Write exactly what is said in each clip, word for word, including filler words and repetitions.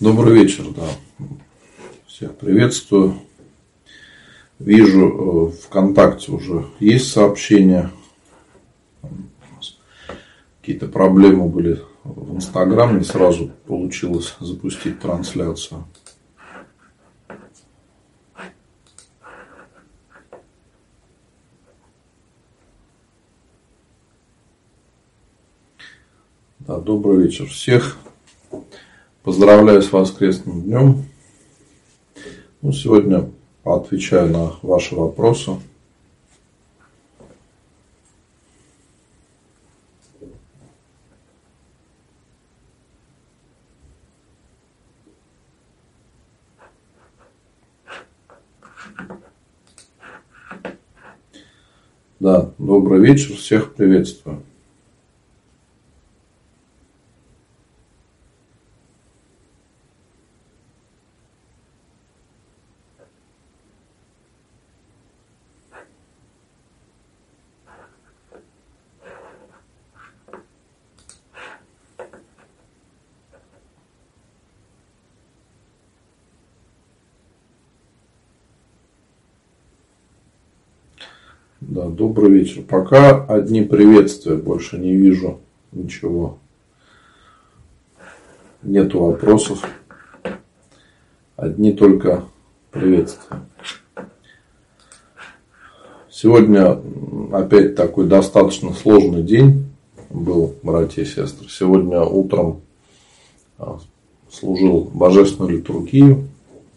Добрый вечер, да. Всех приветствую. Вижу, в ВКонтакте уже есть сообщения. Какие-то проблемы были в Инстаграм, не сразу получилось запустить трансляцию. Да, добрый вечер всех. Поздравляю с воскресным днем. Ну, сегодня отвечаю на ваши вопросы. Да, добрый вечер, всех приветствую. Да, добрый вечер. Пока одни приветствия, больше не вижу ничего. Нету вопросов. Одни только приветствия. Сегодня опять такой достаточно сложный день был, братья и сестры. Сегодня утром служил божественную литургию.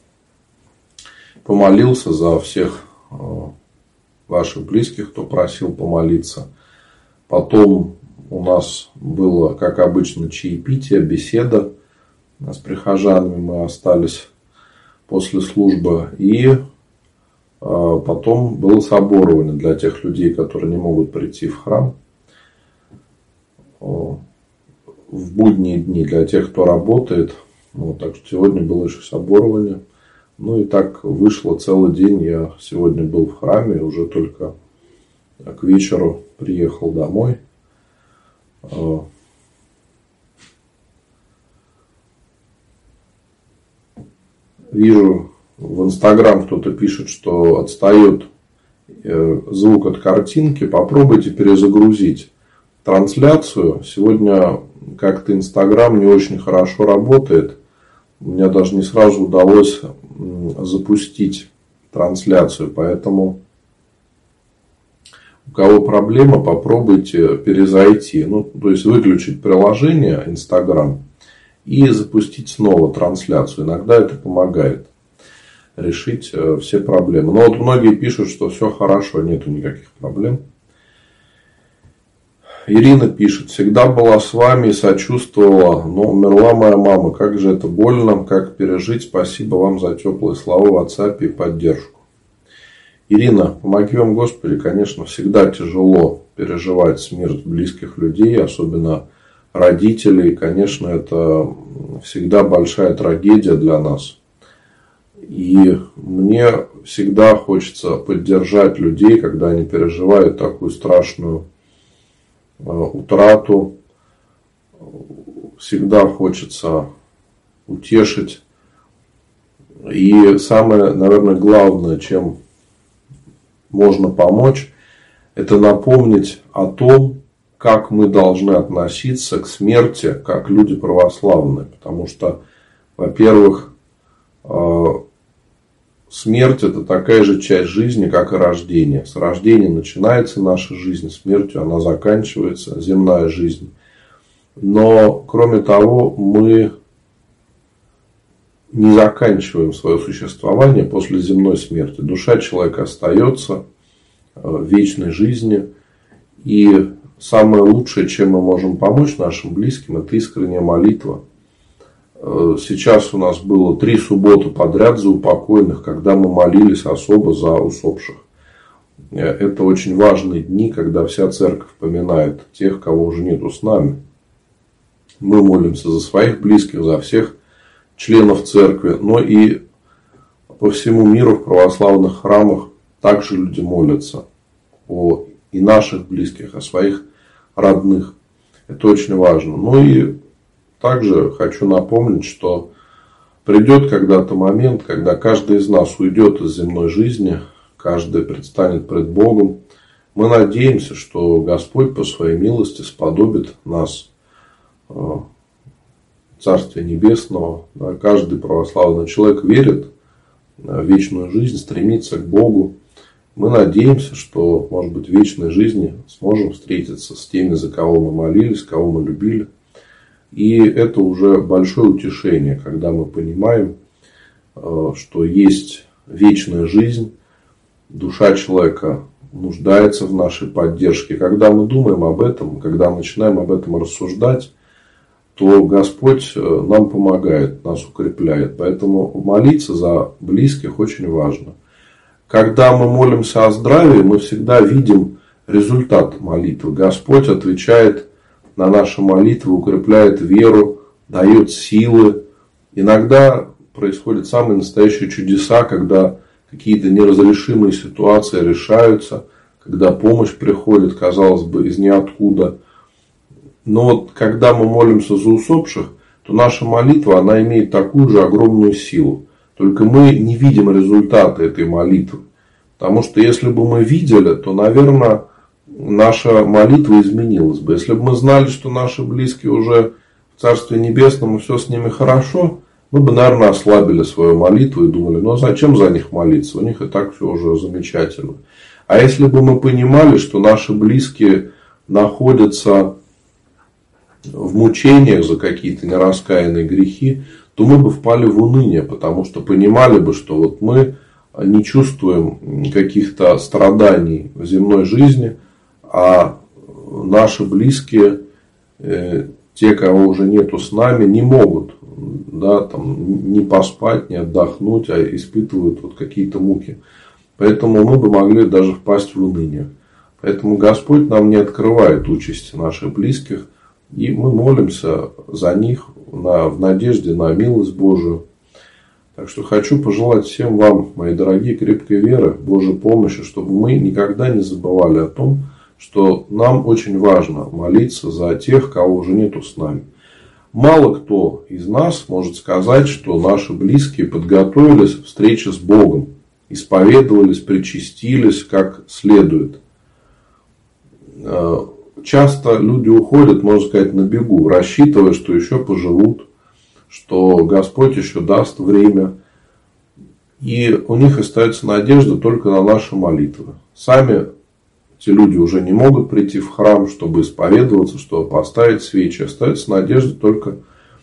Помолился за всех ваших близких, кто просил помолиться. Потом у нас было, как обычно, чаепитие, беседа с прихожанами. Мы остались после службы. И потом было соборование для тех людей, которые не могут прийти в храм. В будние дни для тех, кто работает. Вот, так что сегодня было еще соборование. Ну и так вышло целый день. Я сегодня был в храме, уже только к вечеру приехал домой. Вижу, в Инстаграм кто-то пишет, что отстает звук от картинки. Попробуйте перезагрузить трансляцию. Сегодня как-то Инстаграм не очень хорошо работает. Мне даже не сразу удалось запустить трансляцию. Поэтому у кого проблема, попробуйте перезайти. Ну, то есть выключить приложение Инстаграм и запустить снова трансляцию. Иногда это помогает решить все проблемы. Но вот многие пишут, что все хорошо, нету никаких проблем. Ирина пишет: всегда была с вами и сочувствовала, но умерла моя мама. Как же это больно, как пережить. Спасибо вам за теплые слова в WhatsApp и поддержку. Ирина, помоги вам Господи. Конечно, всегда тяжело переживать смерть близких людей, особенно родителей. Конечно, это всегда большая трагедия для нас. И мне всегда хочется поддержать людей, когда они переживают такую страшную утрату. Всегда хочется утешить. И самое, наверное, главное, чем можно помочь, это напомнить о том, как мы должны относиться к смерти, как люди православные. Потому что, во-первых, смерть — это такая же часть жизни, как и рождение. С рождения начинается наша жизнь, смертью она заканчивается, земная жизнь. Но, кроме того, мы не заканчиваем свое существование после земной смерти. Душа человека остается в вечной жизни. И самое лучшее, чем мы можем помочь нашим близким, это искренняя молитва. Сейчас у нас было три субботы подряд за упокойных, когда мы молились особо за усопших. Это очень важные дни, когда вся церковь поминает тех, кого уже нету с нами. Мы молимся за своих близких, за всех членов церкви, но и по всему миру в православных храмах также люди молятся о и наших близких, о своих родных. Это очень важно. Ну и также хочу напомнить, что Придет когда-то момент, когда каждый из нас уйдет из земной жизни, каждый предстанет пред Богом. Мы надеемся, что Господь по своей милости сподобит нас Царствия Небесного. Каждый православный человек верит в вечную жизнь, стремится к Богу. Мы надеемся, что, может быть, в вечной жизни сможем встретиться с теми, за кого мы молились, кого мы любили. И это уже большое утешение, когда мы понимаем, что есть вечная жизнь, душа человека нуждается в нашей поддержке. Когда мы думаем об этом, когда начинаем об этом рассуждать, то Господь нам помогает, нас укрепляет. Поэтому молиться за близких очень важно. Когда мы молимся о здравии, мы всегда видим результат молитвы. Господь отвечает на наши молитвы, укрепляет веру, дает силы. Иногда происходят самые настоящие чудеса, когда какие-то неразрешимые ситуации решаются, когда помощь приходит, казалось бы, из ниоткуда. Но вот когда мы молимся за усопших, то наша молитва, она имеет такую же огромную силу. Только мы не видим результата этой молитвы. Потому что если бы мы видели, то, наверное, наша молитва изменилась бы. Если бы мы знали, что наши близкие уже в Царстве Небесном и все с ними хорошо, мы бы, наверное, ослабили свою молитву и думали, ну а зачем за них молиться? У них и так все уже замечательно. А если бы мы понимали, что наши близкие находятся в мучениях за какие-то нераскаянные грехи, то мы бы впали в уныние, потому что понимали бы, что вот мы не чувствуем каких-то страданий в земной жизни, а наши близкие, те, кого уже нету с нами, не могут, да, там, не поспать, не отдохнуть, а испытывают вот какие-то муки. Поэтому мы бы могли даже впасть в уныние. Поэтому Господь нам не открывает участи наших близких, и мы молимся за них на, в надежде на милость Божию. Так что хочу пожелать всем вам, мои дорогие, крепкой веры, Божьей помощи, чтобы мы никогда не забывали о том, что нам очень важно молиться за тех, кого уже нету с нами. Мало кто из нас может сказать, что наши близкие подготовились к встрече с Богом, исповедовались, причастились как следует. Часто люди уходят, можно сказать, на бегу, рассчитывая, что еще поживут, что Господь еще даст время. И у них остается надежда только на наши молитвы. Сами эти люди уже не могут прийти в храм, чтобы исповедоваться, чтобы поставить свечи. Остается надежда только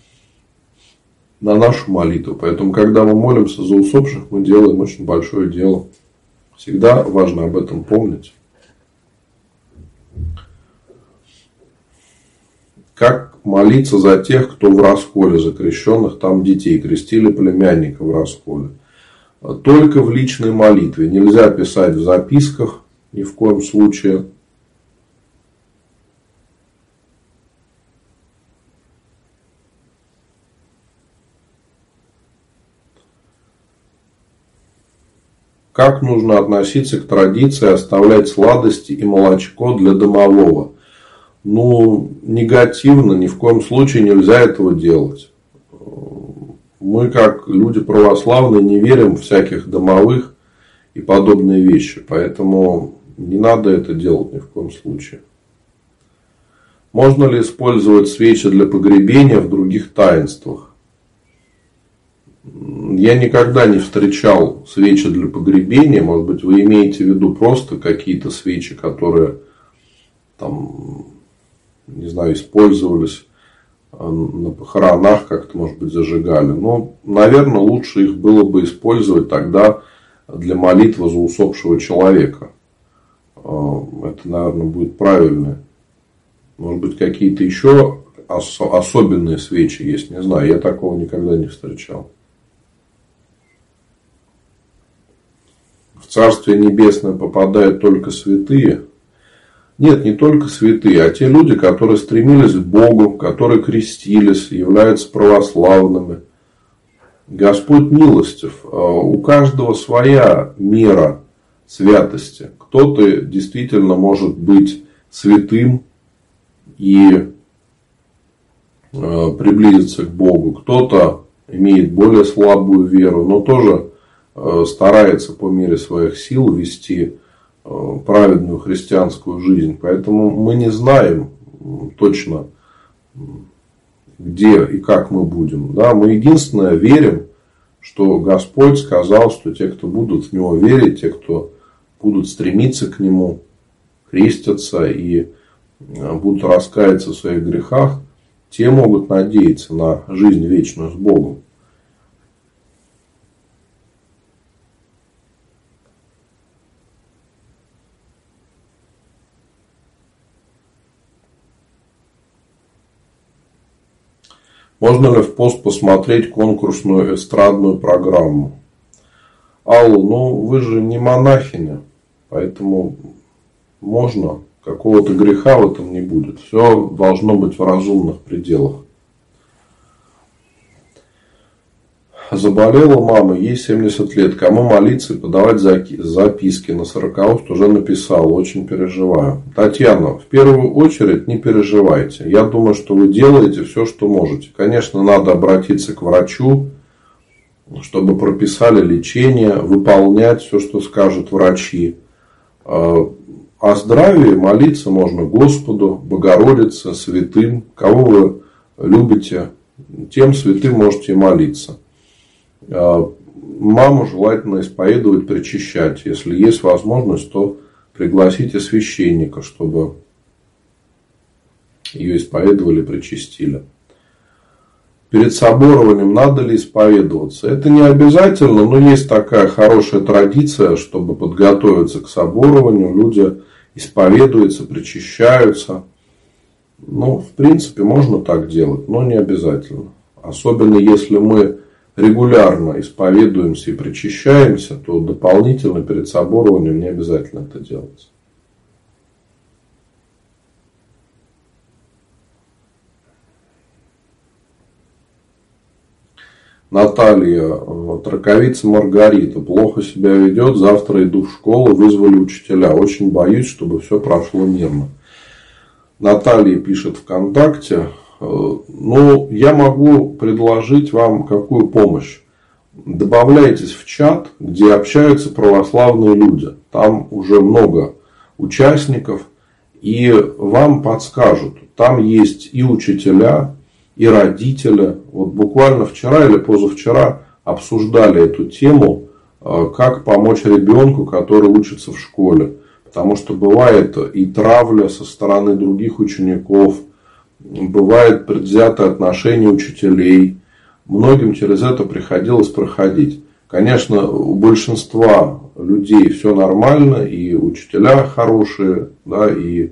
на нашу молитву. Поэтому, когда мы молимся за усопших, мы делаем очень большое дело. Всегда важно об этом помнить. Как молиться за тех, кто в расколе, за крещенных там детей, крестили племянника в расколе? Только в личной молитве. Нельзя писать в записках ни в коем случае. Как нужно относиться к традиции оставлять сладости и молочко для домового? Ну, негативно, ни в коем случае нельзя этого делать. Мы, как люди православные, не верим в всяких домовых и подобные вещи. Поэтому не надо это делать ни в коем случае. Можно ли использовать свечи для погребения в других таинствах? Я никогда не встречал свечи для погребения. Может быть, вы имеете в виду просто какие-то свечи, которые там, не знаю, использовались на похоронах, как-то, может быть, зажигали. Но, наверное, лучше их было бы использовать тогда для молитвы за усопшего человека. Это, наверное, будет правильно. Может быть, какие-то еще особенные свечи есть. Не знаю, я такого никогда не встречал. В Царствие Небесное попадают только святые. Нет, не только святые, а те люди, которые стремились к Богу, которые крестились, являются православными. Господь милостив. У каждого своя мера святости. Кто-то действительно может быть святым и приблизиться к Богу. Кто-то имеет более слабую веру, но тоже старается по мере своих сил вести праведную христианскую жизнь. Поэтому мы не знаем точно, где и как мы будем. Да, мы единственное верим, что Господь сказал, что те, кто будут в Него верить, те, кто будут стремиться к Нему, крестятся и будут раскаяться в своих грехах, те могут надеяться на жизнь вечную с Богом. Можно ли в пост посмотреть конкурсную эстрадную программу? Алла, ну вы же не монахиня, поэтому можно, какого-то греха в этом не будет. Все должно быть в разумных пределах. Заболела мама, ей семьдесят лет. Кому молиться и подавать записки? На сорокауст уже написала, очень переживаю. Татьяна, в первую очередь не переживайте. Я думаю, что вы делаете все, что можете. Конечно, надо обратиться к врачу, чтобы прописали лечение, выполнять все, что скажут врачи. О здравии молиться можно Господу, Богородице, святым. Кого вы любите, тем святым можете молиться. Маму желательно исповедовать, причащать. Если есть возможность, то пригласите священника, чтобы ее исповедовали, причастили. Перед соборованием надо ли исповедоваться? Это не обязательно, но есть такая хорошая традиция, чтобы подготовиться к соборованию. Люди исповедуются, причащаются. Ну, в принципе, можно так делать, но не обязательно. Особенно если мы регулярно исповедуемся и причащаемся, то дополнительно перед соборованием не обязательно это делать. Наталья, траковица Маргарита, плохо себя ведет, завтра иду в школу, вызвали учителя. Очень боюсь, чтобы все прошло мирно. Наталья пишет ВКонтакте. Ну, я могу предложить вам какую помощь. Добавляйтесь в чат, где общаются православные люди. Там уже много участников, и вам подскажут. Там есть и учителя, и родители. Вот буквально вчера или позавчера обсуждали эту тему, как помочь ребенку, который учится в школе. Потому что бывает и травля со стороны других учеников, бывает предвзятое отношение учителей. Многим через это приходилось проходить. Конечно, у большинства людей все нормально, и учителя хорошие, да, и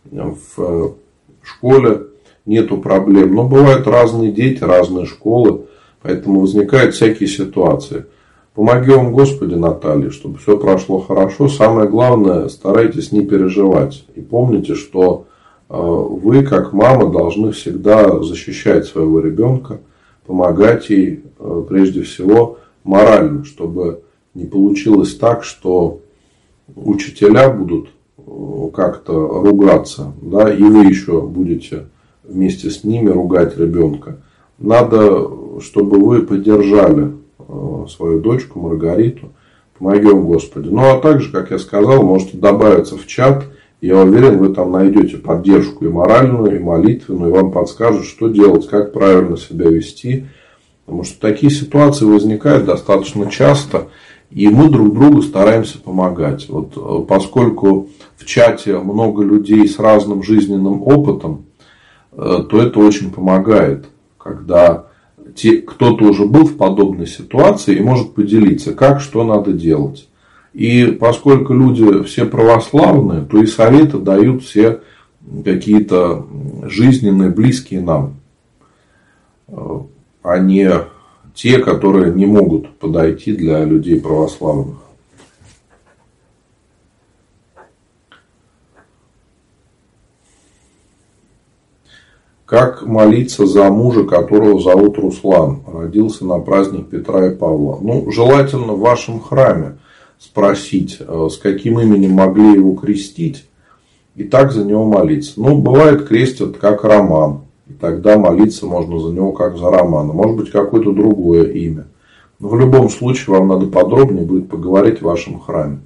в школе нету проблем. Но бывают разные дети, разные школы, поэтому возникают всякие ситуации. Помоги вам, Господи, Наталья, чтобы все прошло хорошо. Самое главное, старайтесь не переживать. И помните, что вы, как мама, должны всегда защищать своего ребенка, помогать ей, прежде всего, морально, чтобы не получилось так, что учителя будут как-то ругаться, да, и вы еще будете вместе с ними ругать ребенка. Надо, чтобы вы поддержали свою дочку Маргариту. Помоги вам, Господи. Ну, а также, как я сказал, можете добавиться в чат. Я уверен, вы там найдете поддержку и моральную, и молитвенную, и вам подскажут, что делать, как правильно себя вести. Потому что такие ситуации возникают достаточно часто, и мы друг другу стараемся помогать. Вот, поскольку в чате много людей с разным жизненным опытом, то это очень помогает, когда те, кто-то уже был в подобной ситуации и может поделиться, как, что надо делать. И поскольку люди все православные, то и советы дают все какие-то жизненные, близкие нам, а не те, которые не могут подойти для людей православных. Как молиться за мужа, которого зовут Руслан, родился на праздник Петра и Павла? Ну, желательно в вашем храме спросить, с каким именем могли его крестить, и так за него молиться. Ну, бывает, крестят как Роман. И тогда молиться можно за него как за Романа. Может быть, какое-то другое имя. Но в любом случае вам надо подробнее будет поговорить в вашем храме.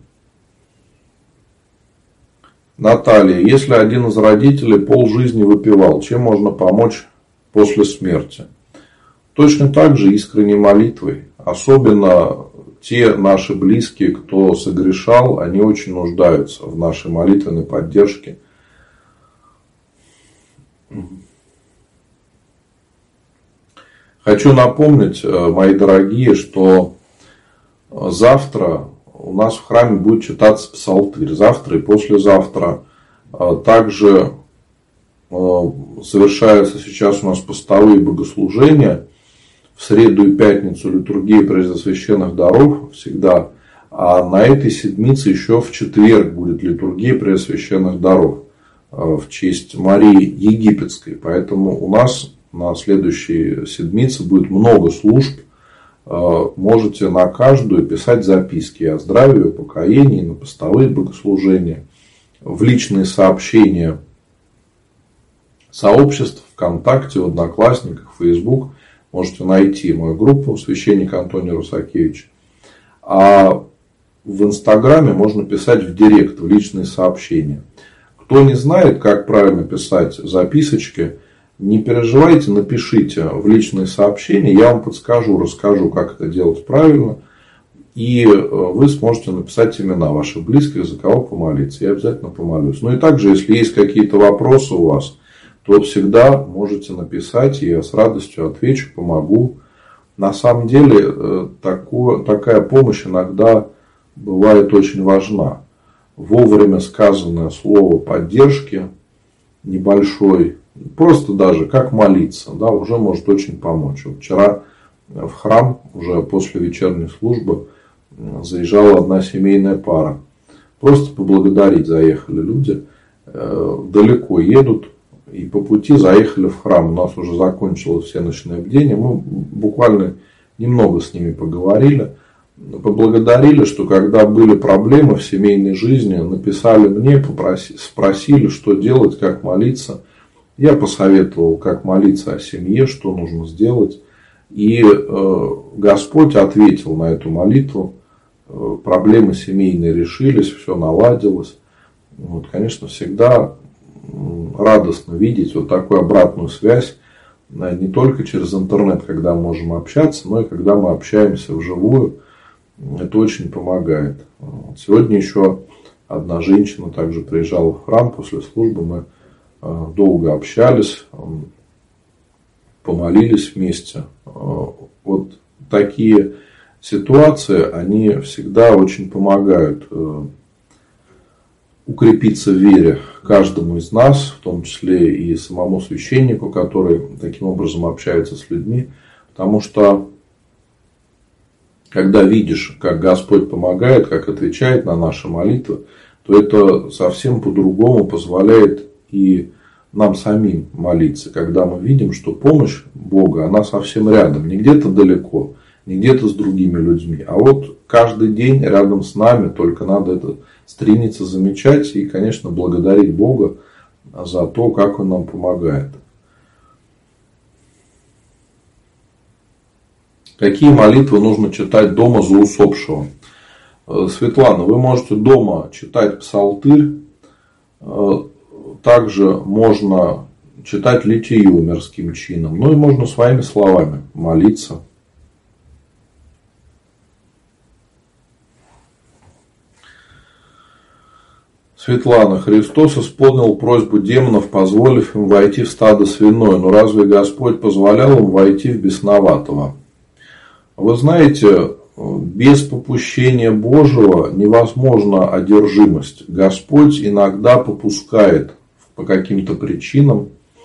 Наталья, если один из родителей полжизни выпивал, чем можно помочь после смерти? Точно так же искренней молитвой. Особенно те наши близкие, кто согрешал, они очень нуждаются в нашей молитвенной поддержке. Хочу напомнить, мои дорогие, что завтра у нас в храме будет читаться псалтырь. Завтра и послезавтра. Также совершаются сейчас у нас постовые богослужения. В среду и пятницу литургия Преосвященных даров всегда. А на этой седмице еще в четверг будет литургия Преосвященных даров в честь Марии Египетской. Поэтому у нас на следующей седмице будет много служб. Можете на каждую писать записки о здравии, о покаянии, на постовые богослужения, в личные сообщения сообществ ВКонтакте, в Одноклассниках, в Facebook. Можете найти мою группу «Священник Антоний Русакевич». А в Инстаграме можно писать в директ, в личные сообщения. Кто не знает, как правильно писать записочки, не переживайте, напишите в личные сообщения, я вам подскажу, расскажу, как это делать правильно. И вы сможете написать имена ваших близких, за кого помолиться. Я обязательно помолюсь. Ну и также, если есть какие-то вопросы у вас, то всегда можете написать, и я с радостью отвечу, помогу. На самом деле, такое, такая помощь иногда бывает очень важна. Вовремя сказанное слово поддержки небольшой, просто даже как молиться, да, уже может очень помочь. Вот вчера в храм уже после вечерней службы заезжала одна семейная пара. Просто поблагодарить заехали люди. Далеко едут. И по пути заехали в храм. У нас уже закончилось все ночное бдение. Мы буквально немного с ними поговорили. Поблагодарили, что когда были проблемы в семейной жизни, написали мне, попросили, спросили, что делать, как молиться. Я посоветовал, как молиться о семье, что нужно сделать. И Господь ответил на эту молитву. Проблемы семейные решились, все наладилось. Вот, конечно, всегда радостно видеть вот такую обратную связь. Не только через интернет, когда мы можем общаться, но и когда мы общаемся вживую. Это очень помогает. Сегодня еще одна женщина также приезжала в храм после службы. Мы долго общались, помолились вместе. Вот такие ситуации, они всегда очень помогают укрепиться в вере каждому из нас, в том числе и самому священнику, который таким образом общается с людьми. Потому что, когда видишь, как Господь помогает, как отвечает на наши молитвы, то это совсем по-другому позволяет и нам самим молиться. Когда мы видим, что помощь Бога, она совсем рядом, не где-то далеко, не где-то с другими людьми, а вот каждый день рядом с нами, только надо это стремиться замечать и, конечно, благодарить Бога за то, как Он нам помогает. Какие молитвы нужно читать дома за усопшего? Светлана, вы можете дома читать псалтырь, также можно читать литию мирским чином, ну и можно своими словами молиться. Светлана, Христос исполнил просьбу демонов, позволив им войти в стадо свиное. Но разве Господь позволял им войти в бесноватого? Вы знаете, без попущения Божьего невозможна одержимость. Господь иногда попускает по каким-то причинам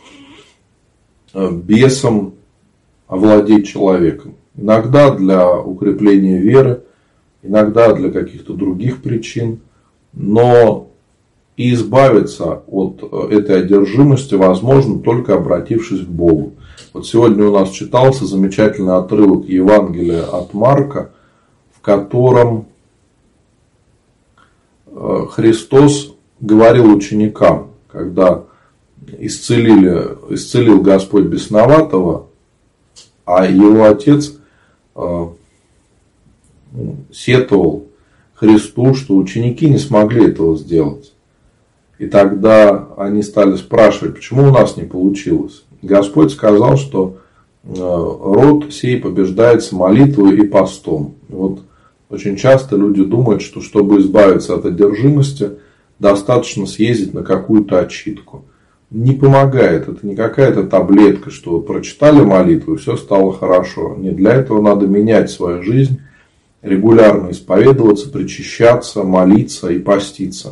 бесом овладеть человеком. Иногда для укрепления веры, иногда для каких-то других причин. Но и избавиться от этой одержимости возможно, только обратившись к Богу. Вот сегодня у нас читался замечательный отрывок Евангелия от Марка, в котором Христос говорил ученикам, когда исцелили, исцелил Господь бесноватого, а его отец э, сетовал Христу, что ученики не смогли этого сделать. И тогда они стали спрашивать, почему у нас не получилось. Господь сказал, что род сей побеждается молитвой и постом. И вот очень часто люди думают, что чтобы избавиться от одержимости, достаточно съездить на какую-то отчитку. Не помогает. Это не какая-то таблетка, что вы прочитали молитву и все стало хорошо. Нет, для этого надо менять свою жизнь, регулярно исповедоваться, причащаться, молиться и поститься.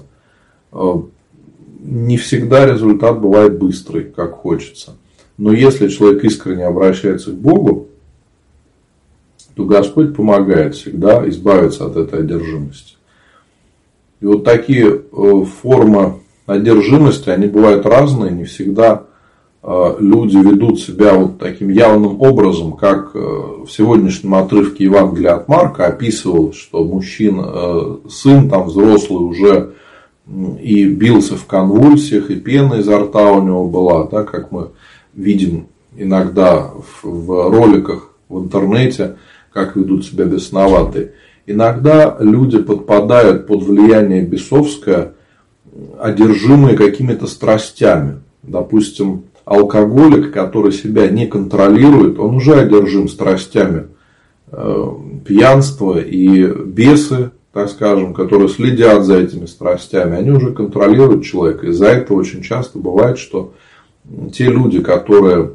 Не всегда результат бывает быстрый, как хочется. Но если человек искренне обращается к Богу, то Господь помогает всегда избавиться от этой одержимости. И вот такие формы одержимости, они бывают разные. Не всегда люди ведут себя вот таким явным образом, как в сегодняшнем отрывке Евангелия от Марка описывалось, что мужчина, сын там взрослый уже и бился в конвульсиях, и пена изо рта у него была, да, как мы видим иногда в роликах в интернете, как ведут себя бесноватые. Иногда люди подпадают под влияние бесовское, одержимые какими-то страстями. Допустим, алкоголик, который себя не контролирует, он уже одержим страстями пьянства, и бесы, так скажем, которые следят за этими страстями, они уже контролируют человека. Из-за этого очень часто бывает, что те люди, которые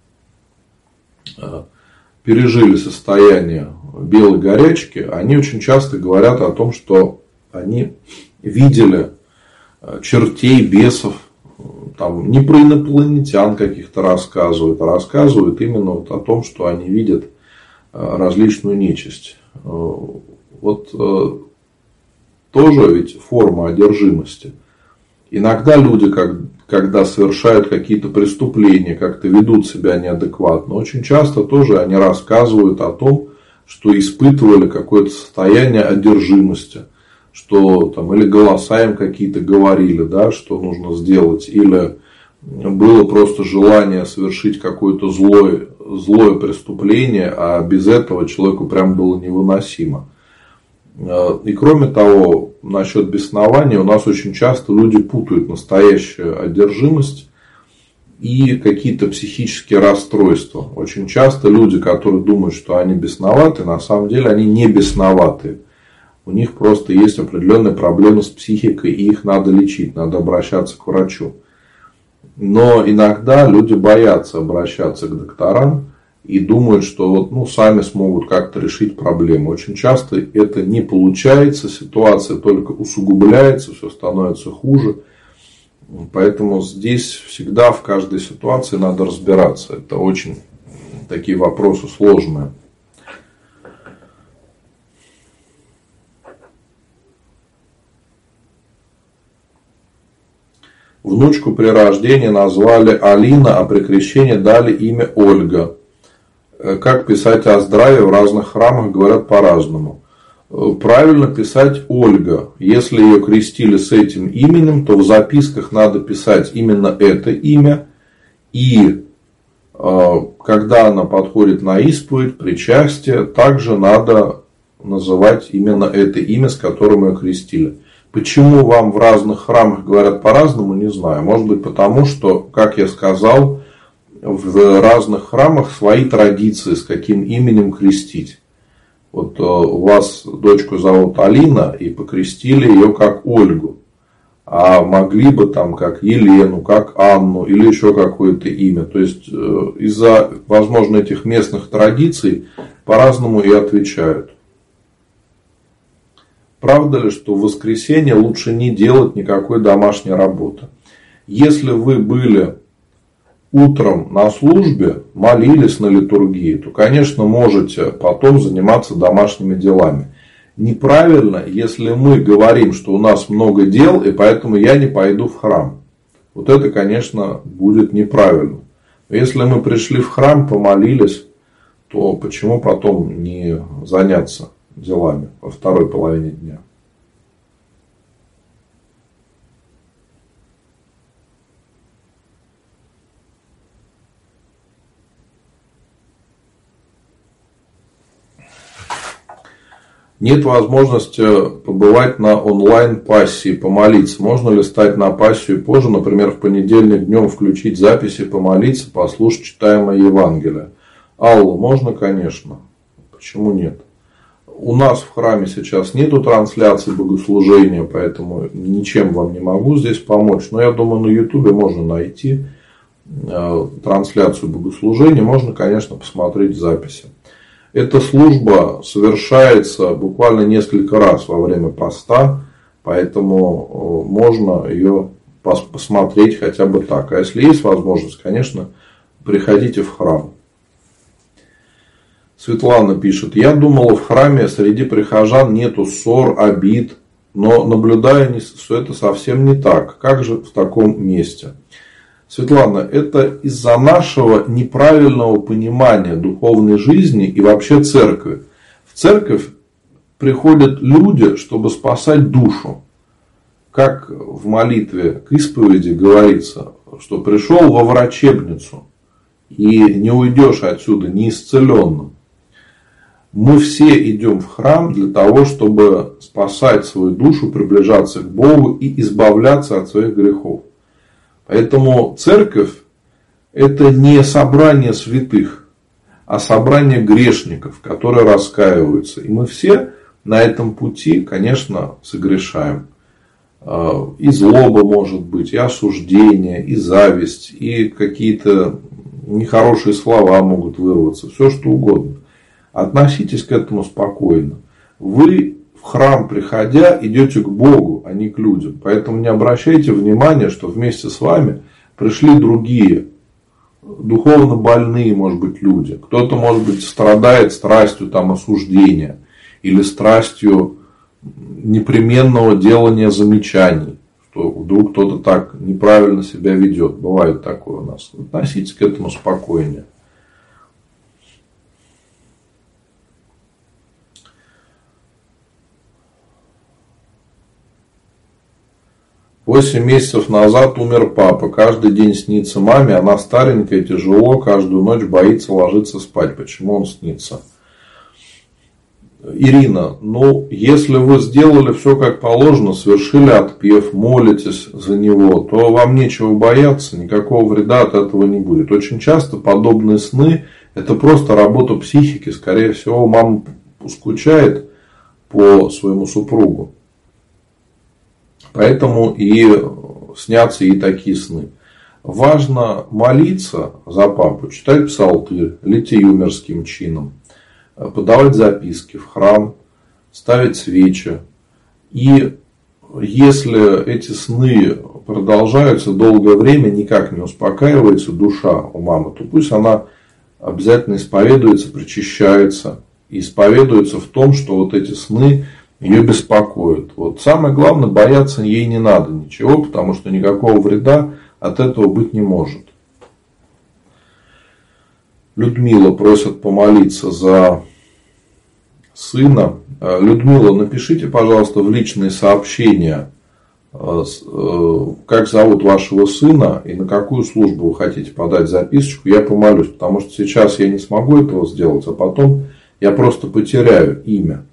пережили состояние белой горячки, они очень часто говорят о том, что они видели чертей, бесов, там, не про инопланетян каких-то рассказывают, а рассказывают именно вот о том, что они видят различную нечисть. Вот тоже ведь форма одержимости. Иногда люди, как, когда совершают какие-то преступления, как-то ведут себя неадекватно, очень часто тоже они рассказывают о том, что испытывали какое-то состояние одержимости, что там или голоса им какие-то говорили, да, что нужно сделать, или было просто желание совершить какое-то злое, злое преступление, а без этого человеку прям было невыносимо. И кроме того, насчет беснования, у нас очень часто люди путают настоящую одержимость и какие-то психические расстройства. Очень часто люди, которые думают, что они бесноваты, на самом деле они не бесноваты. У них просто есть определенные проблемы с психикой, и их надо лечить, надо обращаться к врачу. Но иногда люди боятся обращаться к докторам и думают, что вот, ну, сами смогут как-то решить проблему. Очень часто это не получается, ситуация только усугубляется, все становится хуже. Поэтому здесь всегда в каждой ситуации надо разбираться. Это очень такие вопросы сложные. Внучку при рождении назвали Алина, а при крещении дали имя Ольга. Как писать о здравии в разных храмах говорят по-разному. Правильно писать Ольга. Если ее крестили с этим именем, то в записках надо писать именно это имя. И когда она подходит на исповедь, причастие, также надо называть именно это имя, с которым ее крестили. Почему вам в разных храмах говорят по-разному, не знаю. Может быть, потому что, как я сказал, в разных храмах свои традиции, с каким именем крестить. Вот у вас дочку зовут Алина, и покрестили ее как Ольгу. А могли бы там как Елену, как Анну или еще какое-то имя. То есть, из-за, возможно, этих местных традиций по-разному и отвечают. Правда ли, что в воскресенье лучше не делать никакой домашней работы? Если вы были утром на службе, молились на литургии, то, конечно, можете потом заниматься домашними делами. Неправильно, если мы говорим, что у нас много дел, и поэтому я не пойду в храм. Вот это, конечно, будет неправильно. Если мы пришли в храм, помолились, то почему потом не заняться делами во второй половине дня? Нет возможности побывать на онлайн-пассии, помолиться. Можно ли стать на пассию позже, например, в понедельник днем включить записи, помолиться, послушать читаемое Евангелие? Алла, можно, конечно. Почему нет? У нас в храме сейчас нету трансляции богослужения, поэтому ничем вам не могу здесь помочь. Но я думаю, на ютубе можно найти трансляцию богослужения. Можно, конечно, посмотреть записи. Эта служба совершается буквально несколько раз во время поста, поэтому можно ее посмотреть хотя бы так. А если есть возможность, конечно, приходите в храм. Светлана пишет: я думала, в храме среди прихожан нету ссор, обид, но наблюдаю, что это совсем не так. Как же в таком месте? Светлана, это из-за нашего неправильного понимания духовной жизни и вообще церкви. В церковь приходят люди, чтобы спасать душу. Как в молитве к исповеди говорится, что пришел во врачебницу и не уйдешь отсюда неисцеленным. Мы все идем в храм для того, чтобы спасать свою душу, приближаться к Богу и избавляться от своих грехов. Поэтому церковь – это не собрание святых, а собрание грешников, которые раскаиваются. И мы все на этом пути, конечно, согрешаем. И злоба может быть, и осуждение, и зависть, и какие-то нехорошие слова могут вырваться, все что угодно. Относитесь к этому спокойно. Вы в храм, приходя, идете к Богу, а не к людям. Поэтому не обращайте внимания, что вместе с вами пришли другие, духовно больные, может быть, люди. Кто-то, может быть, страдает страстью там, осуждения или страстью непременного делания замечаний, что вдруг кто-то так неправильно себя ведет. Бывает такое у нас. Относитесь к этому спокойнее. Восемь месяцев назад умер папа. Каждый день снится маме. Она старенькая, тяжело. Каждую ночь боится ложиться спать. Почему он снится? Ирина, ну, если вы сделали все как положено, совершили отпев, молитесь за него, то вам нечего бояться, никакого вреда от этого не будет. Очень часто подобные сны – это просто работа психики. Скорее всего, мама скучает по своему супругу. Поэтому и снятся ей такие сны. Важно молиться за папу, читать псалтырь, литию мирским чином, подавать записки в храм, ставить свечи. И если эти сны продолжаются долгое время, никак не успокаивается душа у мамы, то пусть она обязательно исповедуется, причащается. И исповедуется в том, что вот эти сны ее беспокоят. Вот самое главное, бояться ей не надо ничего, потому что никакого вреда от этого быть не может. Людмила просит помолиться за сына. Людмила, напишите, пожалуйста, в личные сообщения, как зовут вашего сына и на какую службу вы хотите подать записочку. Я помолюсь, потому что сейчас я не смогу этого сделать, а потом я просто потеряю имя.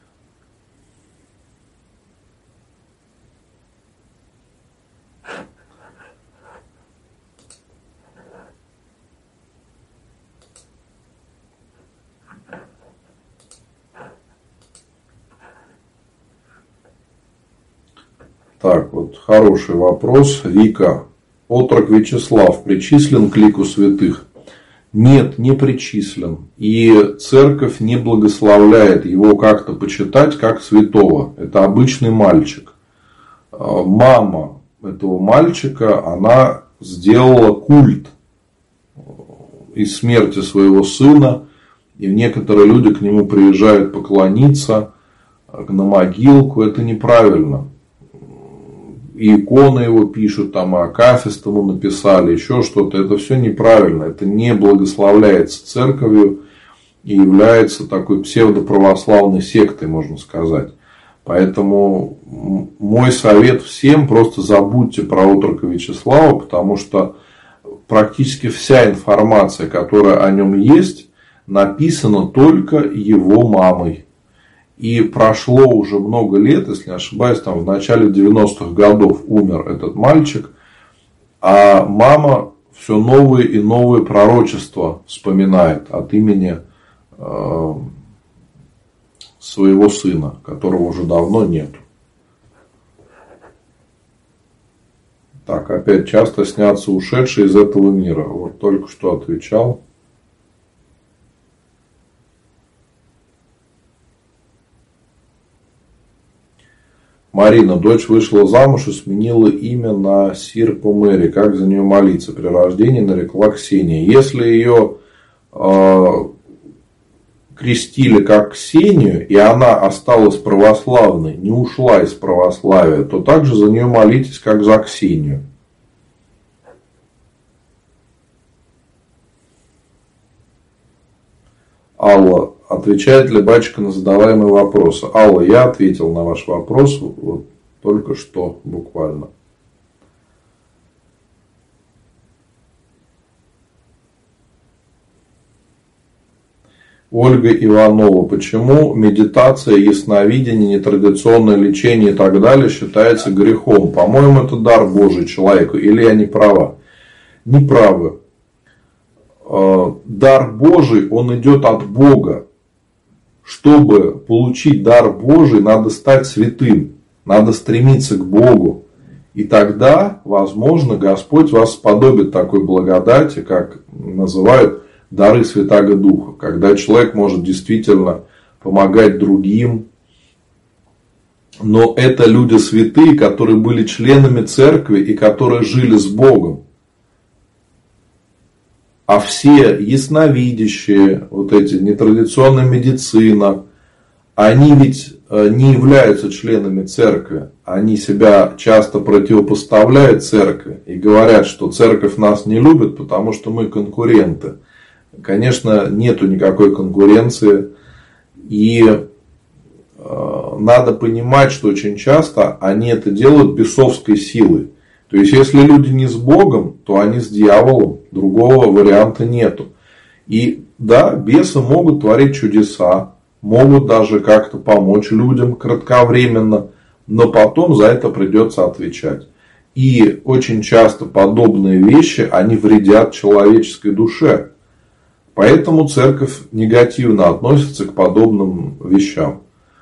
Так, вот хороший вопрос. Вика. Отрок Вячеслав причислен к лику святых? Нет, не причислен. И церковь не благословляет его как-то почитать как святого. Это обычный мальчик. Мама этого мальчика, она сделала культ из смерти своего сына. И некоторые люди к нему приезжают поклониться на могилку. Это неправильно. И иконы его пишут, там, и акафист ему написали, еще что-то. Это все неправильно. Это не благословляется церковью и является такой псевдоправославной сектой, можно сказать. Поэтому мой совет всем: просто забудьте про отрока Вячеслава, потому что практически вся информация, которая о нем есть, написана только его мамой. И прошло уже много лет, если не ошибаюсь, там в начале девяностых годов умер этот мальчик. А мама все новые и новые пророчества вспоминает от имени э, своего сына, которого уже давно нет. Так, опять часто снятся ушедшие из этого мира. Вот только что отвечал. Марина, дочь вышла замуж и сменила имя на Сирпо Мэри. Как за нее молиться? При рождении нарекла Ксения. Если ее э, крестили как Ксению, и она осталась православной, не ушла из православия, то также за нее молитесь, как за Ксению. Алла, отвечает ли батюшка на задаваемые вопросы? Алла, я ответил на ваш вопрос вот только что буквально. Ольга Иванова. Почему медитация, ясновидение, нетрадиционное лечение и так далее считается грехом? По-моему, это дар Божий человеку. Или я не права? Не правы. Дар Божий, он идет от Бога. Чтобы получить дар Божий, надо стать святым. Надо стремиться к Богу. И тогда, возможно, Господь вас сподобит такой благодати, как называют дары Святаго Духа. Когда человек может действительно помогать другим. Но это люди святые, которые были членами церкви и которые жили с Богом. А все ясновидящие, вот эти, нетрадиционная медицина, они ведь не являются членами церкви. Они себя часто противопоставляют церкви и говорят, что церковь нас не любит, потому что мы конкуренты. Конечно, нету никакой конкуренции. И э, надо понимать, что очень часто они это делают бесовской силой. То есть, если люди не с Богом, то они с дьяволом. Другого варианта нету. И да, бесы могут творить чудеса. Могут даже как-то помочь людям кратковременно. Но потом за это придется отвечать. И очень часто подобные вещи, они вредят человеческой душе. Поэтому церковь негативно относится к подобным вещам.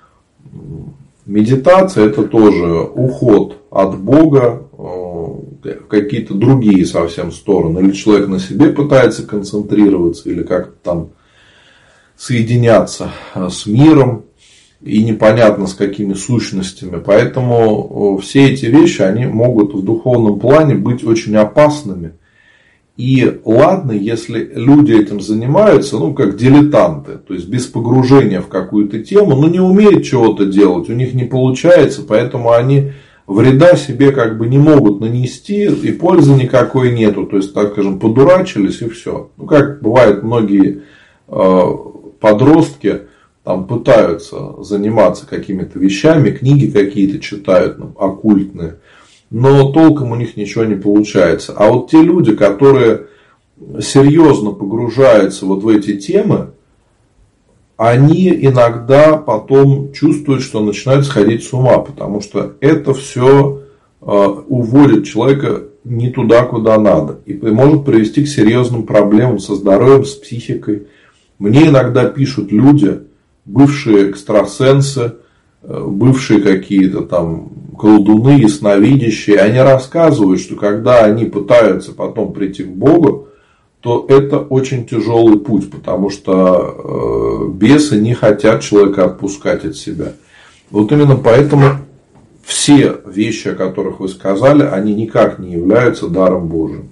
Медитация — это тоже уход от Бога в какие-то другие совсем стороны. Или человек на себе пытается концентрироваться, или как-то там соединяться с миром. И непонятно с какими сущностями. Поэтому все эти вещи, они могут в духовном плане быть очень опасными. И ладно, если люди этим занимаются, ну, как дилетанты, то есть без погружения в какую-то тему, но не умеют чего-то делать, у них не получается, поэтому они вреда себе как бы не могут нанести, и пользы никакой нету. То есть, так скажем, подурачились и все. Ну, как бывает, многие э, подростки там пытаются заниматься какими-то вещами, книги какие-то читают, ну, оккультные. Но толком у них ничего не получается. А вот те люди, которые серьезно погружаются вот в эти темы, они иногда потом чувствуют, что начинают сходить с ума. Потому что это все уводит человека не туда, куда надо. И может привести к серьезным проблемам со здоровьем, с психикой. Мне иногда пишут люди, бывшие экстрасенсы, бывшие какие-то там колдуны, ясновидящие, они рассказывают, что когда они пытаются потом прийти к Богу, то это очень тяжелый путь, потому что бесы не хотят человека отпускать от себя. Вот именно поэтому все вещи, о которых вы сказали, они никак не являются даром Божьим.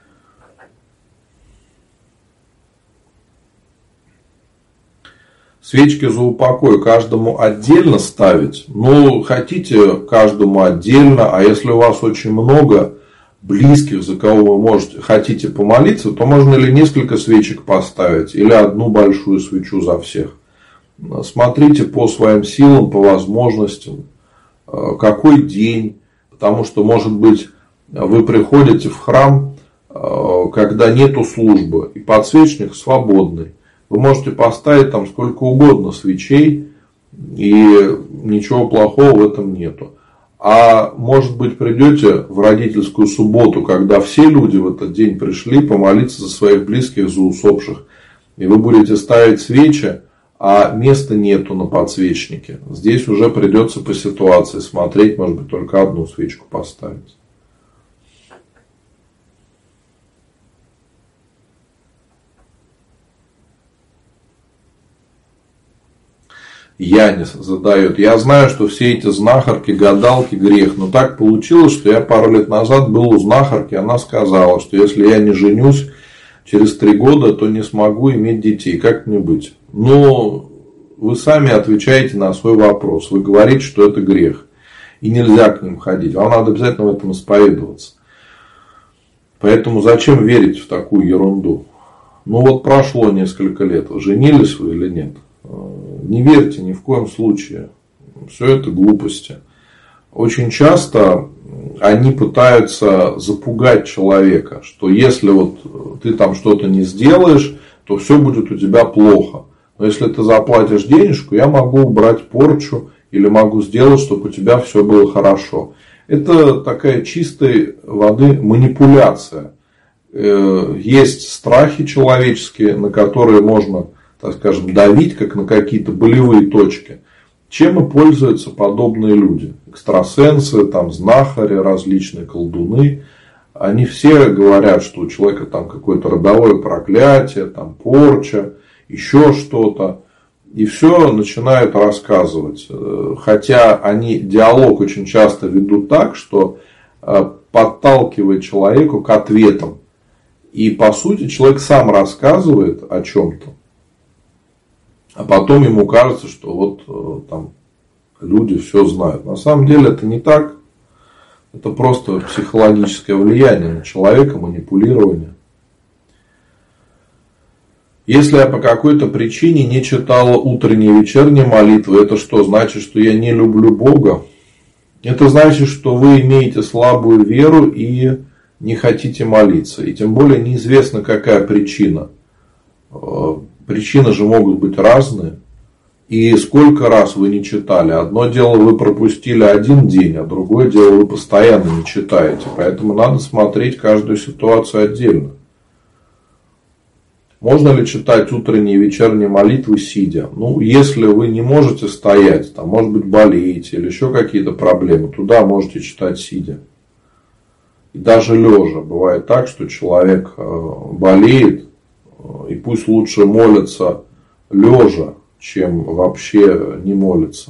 Свечки за упокой каждому отдельно ставить? Ну, хотите каждому отдельно, а если у вас очень много близких, за кого вы можете, хотите помолиться, то можно или несколько свечек поставить, или одну большую свечу за всех. Смотрите по своим силам, по возможностям, какой день, потому что, может быть, вы приходите в храм, когда нету службы, и подсвечник свободный. Вы можете поставить там сколько угодно свечей, И ничего плохого в этом нету. А может быть, придете в родительскую субботу, когда все люди в этот день пришли помолиться за своих близких, за усопших. И вы будете ставить свечи, а места нету на подсвечнике. Здесь уже придется по ситуации смотреть, может быть, только одну свечку поставить. Янис задает. Я знаю, что все эти знахарки, гадалки грех. Но так получилось, что я пару лет назад был у знахарки. Она сказала, что если я не женюсь через три года, то не смогу иметь детей. Как мне быть? Но вы сами отвечаете на свой вопрос. Вы говорите, что это грех. И нельзя к ним ходить. Вам надо обязательно в этом исповедоваться. Поэтому зачем верить в такую ерунду? Ну вот прошло несколько лет. Женились вы или нет? Не верьте ни в коем случае. Все это глупости. Очень часто они пытаются запугать человека, что если вот ты там что-то не сделаешь, то все будет у тебя плохо. Но если ты заплатишь денежку, я могу убрать порчу или могу сделать, чтобы у тебя все было хорошо. Это такая чистой воды манипуляция. Есть страхи человеческие, на которые можно, так скажем, давить, как на какие-то болевые точки. Чем и пользуются подобные люди? Экстрасенсы, там, знахари, различные колдуны. Они все говорят, что у человека там какое-то родовое проклятие, там, порча, еще что-то. И все начинают рассказывать. Хотя они диалог очень часто ведут так, что подталкивает человеку к ответам. И по сути человек сам рассказывает о чем-то. А потом ему кажется, что вот там люди все знают. На самом деле это не так. Это просто психологическое влияние на человека, манипулирование. Если я по какой-то причине не читала утренние и вечерние молитвы, это что, значит, что я не люблю Бога? Это значит, что вы имеете слабую веру и не хотите молиться. И тем более неизвестно, какая причина. Причины же могут быть разные. И сколько раз вы не читали. Одно дело, вы пропустили один день, а другое дело, вы постоянно не читаете. Поэтому надо смотреть каждую ситуацию отдельно. Можно ли читать утренние и вечерние молитвы сидя? Ну, если вы не можете стоять, там, может быть, болеете или еще какие-то проблемы, туда можете читать сидя. И даже лежа. Бывает так, что человек болеет, и пусть лучше молится лежа, чем вообще не молится.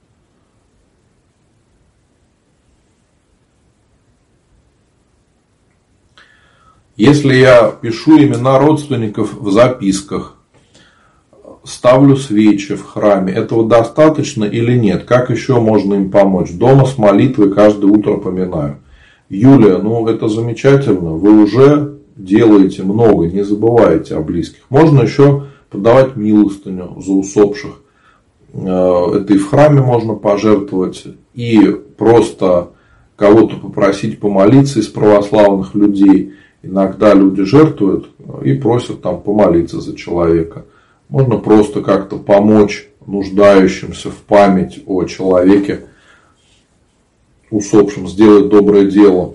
Если я пишу имена родственников в записках, ставлю свечи в храме, этого достаточно или нет? Как еще можно им помочь? Дома с молитвой каждое утро поминаю. Юлия, ну это замечательно. Вы уже делаете много, не забывайте о близких. Можно еще подавать милостыню за усопших. Это и в храме можно пожертвовать, и просто кого-то попросить помолиться из православных людей. Иногда люди жертвуют и просят там помолиться за человека. Можно просто как-то помочь нуждающимся в память о человеке усопшем, сделать доброе дело.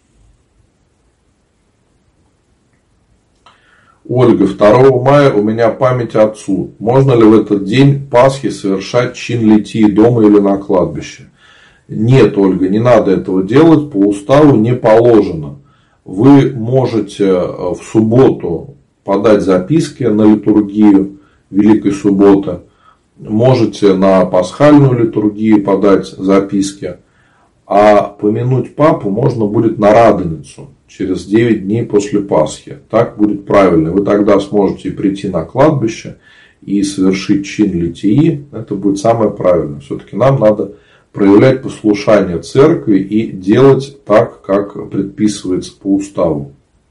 Ольга, второго мая у меня память отцу. Можно ли в этот день Пасхи совершать чин литии дома или на кладбище? Нет, Ольга, не надо этого делать, по уставу не положено. Вы можете в субботу подать записки на литургию Великой Субботы. Можете на пасхальную литургию подать записки. А помянуть папу можно будет на Радоницу, через девять дней после Пасхи. Так будет правильно. Вы тогда сможете прийти на кладбище и совершить чин литии. Это будет самое правильное. Все-таки нам надо проявлять послушание церкви и делать так, как предписывается по уставу.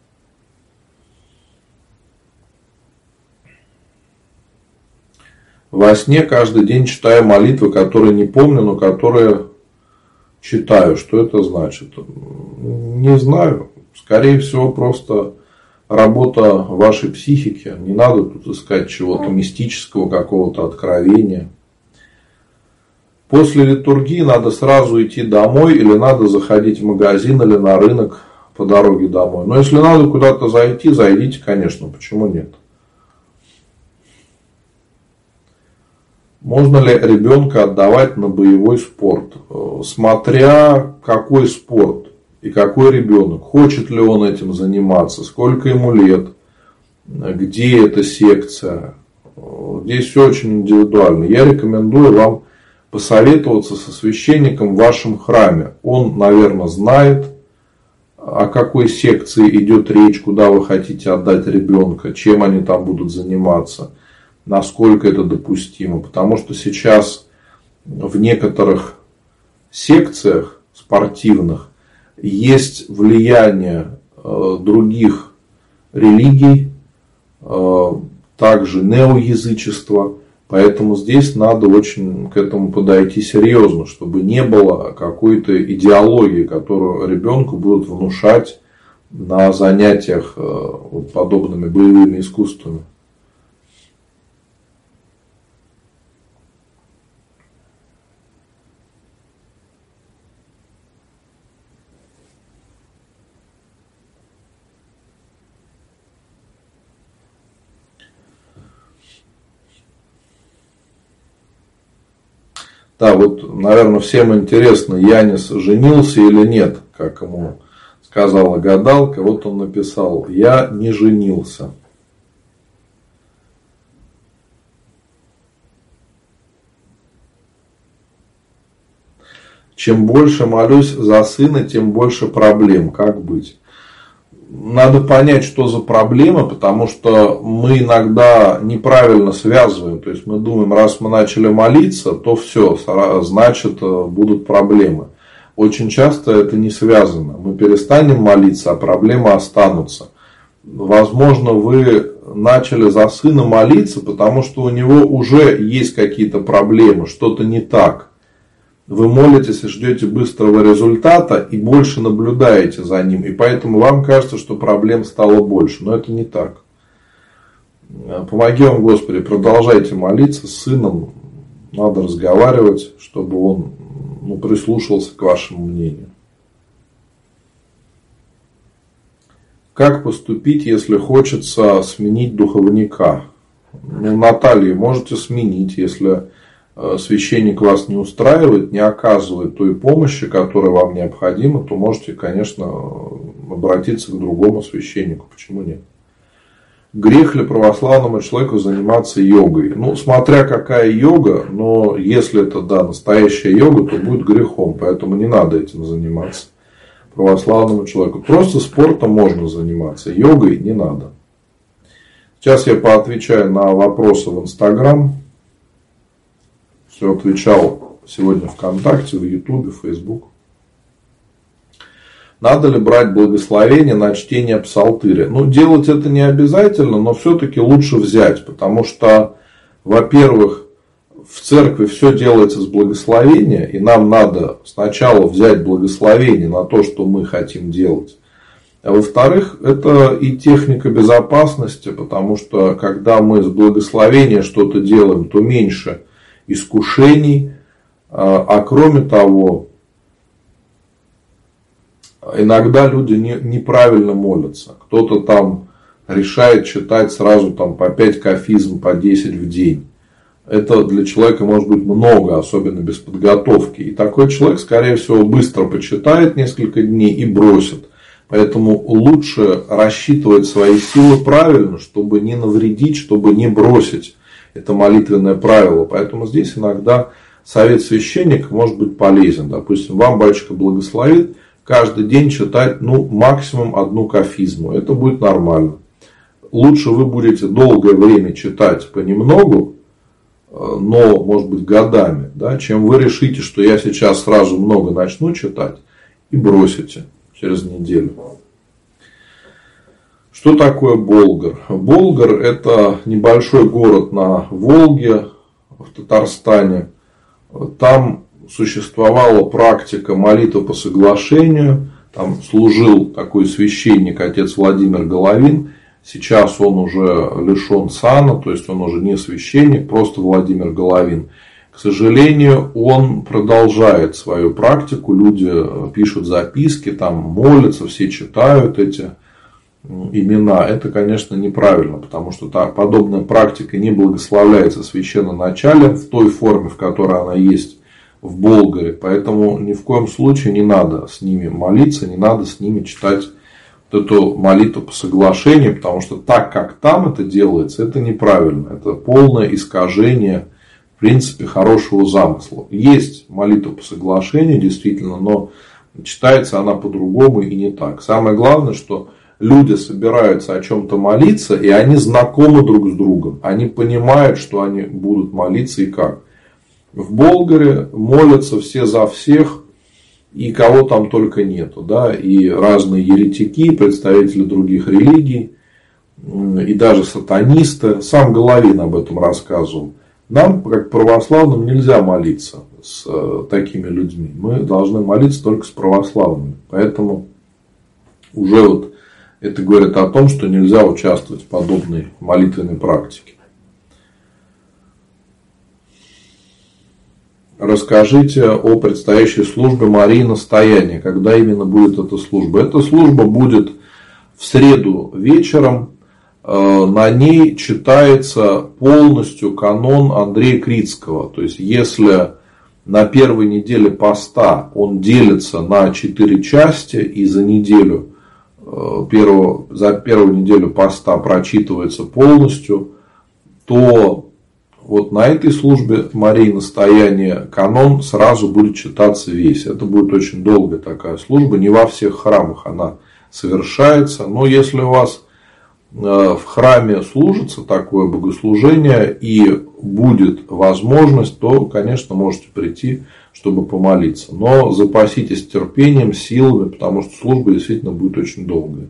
Во сне каждый день читаю молитвы, которые не помню, но которые читаю. Что это значит? Не знаю. Скорее всего, просто работа вашей психики. Не надо тут искать чего-то мистического, какого-то откровения. После литургии надо сразу идти домой или надо заходить в магазин или на рынок по дороге домой. Но если надо куда-то зайти, зайдите, конечно, почему нет? Можно ли ребенка отдавать на боевой спорт? Смотря какой спорт и какой ребенок. Хочет ли он этим заниматься, сколько ему лет, где эта секция. Здесь все очень индивидуально. Я рекомендую вам посоветоваться со священником в вашем храме. Он, наверное, знает, о какой секции идет речь, куда вы хотите отдать ребенка, чем они там будут заниматься, насколько это допустимо. Потому что сейчас в некоторых секциях спортивных есть влияние других религий, также неоязычества. Поэтому здесь надо очень к этому подойти серьезно, чтобы не было какой-то идеологии, которую ребенку будут внушать на занятиях подобными боевыми искусствами. Да, вот, наверное, всем интересно, Янис женился или нет, как ему сказала гадалка. Вот он написал: я не женился. Чем больше молюсь за сына, тем больше проблем. Как быть? Надо понять, что за проблема, потому что мы иногда неправильно связываем. То есть мы думаем, раз мы начали молиться, то все, значит будут проблемы. Очень часто это не связано. Мы перестанем молиться, а проблемы останутся. Возможно, вы начали за сына молиться, потому что у него уже есть какие-то проблемы, что-то не так. Вы молитесь и ждете быстрого результата и больше наблюдаете за ним. И поэтому вам кажется, что проблем стало больше. Но это не так. Помоги вам, Господи, продолжайте молиться с сыном. Надо разговаривать, чтобы он ну, прислушался к вашему мнению. Как поступить, если хочется сменить духовника? Ну, Наталья, можете сменить, если священник вас не устраивает, не оказывает той помощи, которая вам необходима, то можете, конечно, обратиться к другому священнику. Почему нет? Грех ли православному человеку заниматься йогой? Ну, смотря какая йога, но если это, да, настоящая йога, то будет грехом, поэтому не надо этим заниматься православному человеку. Просто спортом можно заниматься, йогой не надо. Сейчас я поотвечаю на вопросы в Инстаграм. Все отвечал сегодня ВКонтакте, в Ютубе, в Фейсбук. Надо ли брать благословение на чтение псалтыря? Ну, делать это не обязательно, но все-таки лучше взять. Потому что, во-первых, в церкви все делается с благословения. И нам надо сначала взять благословение на то, что мы хотим делать. А во-вторых, это и техника безопасности. Потому что, когда мы с благословения что-то делаем, то меньше искушений, а кроме того, иногда люди не, неправильно молятся. Кто-то там решает читать сразу там, по пять кафизм, по десять в день. Это для человека может быть много, особенно без подготовки. И такой человек, скорее всего, быстро почитает несколько дней и бросит. Поэтому лучше рассчитывать свои силы правильно, чтобы не навредить, чтобы не бросить. Это молитвенное правило. Поэтому здесь иногда совет священника может быть полезен. Допустим, вам батюшка благословит каждый день читать ну, максимум одну кафизму. Это будет нормально. Лучше вы будете долгое время читать понемногу, но, может быть, годами, да, чем вы решите, что я сейчас сразу много начну читать и бросите через неделю. Что такое Болгар? Болгар – это небольшой город на Волге, в Татарстане. Там существовала практика молитвы по соглашению. Там служил такой священник, отец Владимир Головин. Сейчас он уже лишен сана, то есть он уже не священник, просто Владимир Головин. К сожалению, он продолжает свою практику. Люди пишут записки, там молятся, все читают эти имена. Это, конечно, неправильно, потому что подобная практика не благословляется священноначалием в той форме, в которой она есть в Болгаре. Поэтому ни в коем случае не надо с ними молиться, не надо с ними читать вот эту молитву по соглашению, потому что так, как там это делается, это неправильно. Это полное искажение, в принципе, хорошего замысла. Есть молитва по соглашению, действительно, но читается она по-другому и не так. Самое главное, что люди собираются о чем-то молиться, и они знакомы друг с другом. Они понимают, что они будут молиться и как. В Болгаре молятся все за всех, и кого там только нету. Да? И разные еретики, представители других религий, и даже сатанисты. Сам Головин об этом рассказывал. Нам, как православным, нельзя молиться с такими людьми. Мы должны молиться только с православными. Поэтому уже вот это говорит о том, что нельзя участвовать в подобной молитвенной практике. Расскажите о предстоящей службе Марии Настояния. Когда именно будет эта служба? Эта служба будет в среду вечером. На ней читается полностью канон Андрея Критского. То есть, если на первой неделе поста он делится на четыре части, и за неделю, первого, за первую неделю поста прочитывается полностью, то вот на этой службе Марии Настояния канон сразу будет читаться весь. Это будет очень долгая такая служба. Не во всех храмах она совершается. Но если у вас в храме служится такое богослужение и будет возможность, то, конечно, можете прийти, чтобы помолиться. Но запаситесь терпением, силами, потому что служба действительно будет очень долгая.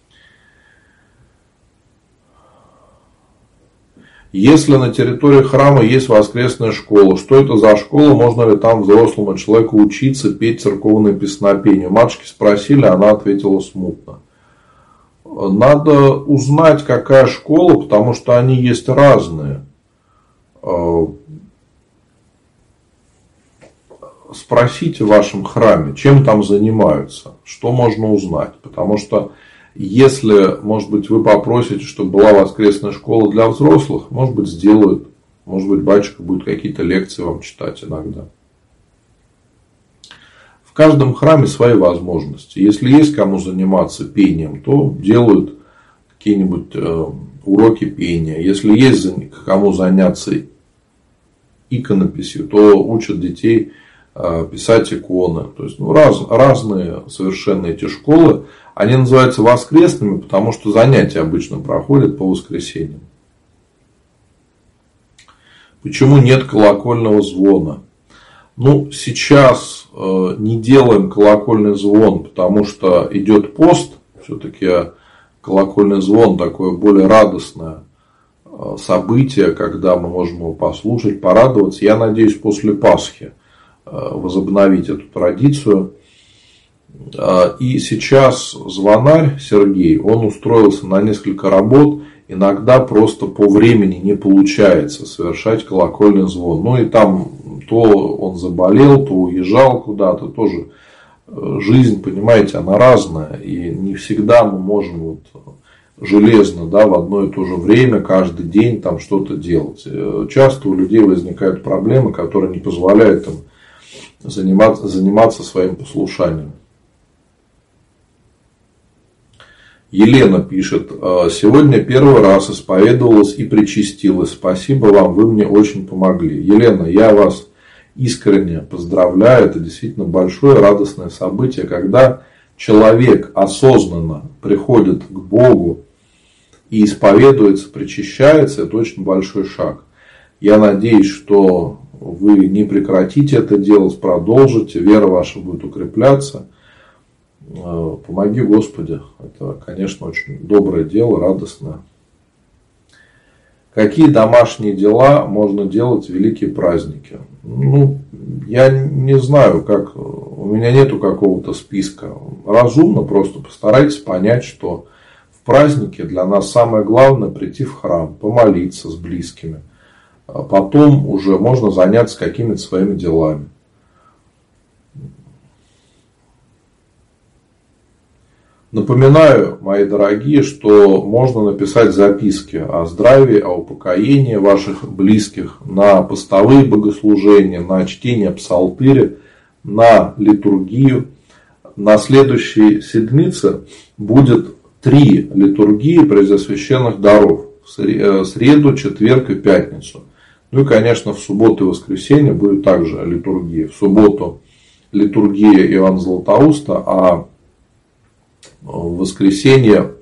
Если на территории храма есть воскресная школа, что это за школа? Можно ли там взрослому человеку учиться петь церковное песнопение? Матушки спросили, она ответила смутно. Надо узнать, какая школа, потому что они есть разные. Спросите в вашем храме, чем там занимаются, что можно узнать. Потому что если, может быть, вы попросите, чтобы была воскресная школа для взрослых, может быть, сделают. Может быть, батюшка будет какие-то лекции вам читать иногда. В каждом храме свои возможности. Если есть кому заниматься пением, то делают какие-нибудь уроки пения. Если есть кому заняться иконописью, то учат детей писать иконы. То есть, ну, раз, разные совершенно эти школы. Они называются воскресными, потому что занятия обычно проходят по воскресеньям. Почему нет колокольного звона? Ну, сейчас э, не делаем колокольный звон, потому что идет пост. Все-таки колокольный звон такое более радостное э, событие, когда мы можем его послушать, порадоваться. Я надеюсь, после Пасхи э, возобновить эту традицию. И сейчас звонарь Сергей, он устроился на несколько работ. Иногда просто по времени не получается совершать колокольный звон. Ну и там то он заболел, то уезжал куда-то. Тоже жизнь, понимаете, она разная. И не всегда мы можем вот железно, да, в одно и то же время, каждый день там что-то делать. Часто у людей возникают проблемы, которые не позволяют им заниматься, заниматься своим послушанием. Елена пишет, сегодня первый раз исповедовалась и причастилась. Спасибо вам, вы мне очень помогли. Елена, я вас искренне поздравляю. Это действительно большое радостное событие, когда человек осознанно приходит к Богу и исповедуется, причащается. Это очень большой шаг. Я надеюсь, что вы не прекратите это делать, продолжите, вера ваша будет укрепляться. Помоги, Господи. Это, конечно, очень доброе дело, радостное. Какие домашние дела можно делать в великие праздники? Ну, я не знаю, как. У меня нету какого-то списка. Разумно просто постарайтесь понять, что в празднике для нас самое главное прийти в храм, помолиться с близкими, потом уже можно заняться какими-то своими делами. Напоминаю, мои дорогие, что можно написать записки о здравии, о упокоении ваших близких на постовые богослужения, на чтение псалтыря, на литургию. На следующей седмице будет три литургии Преосвященных даров. В среду, четверг и пятницу. Ну и, конечно, в субботу и воскресенье будет также литургия. В субботу литургия Иоанна Златоуста, а в воскресенье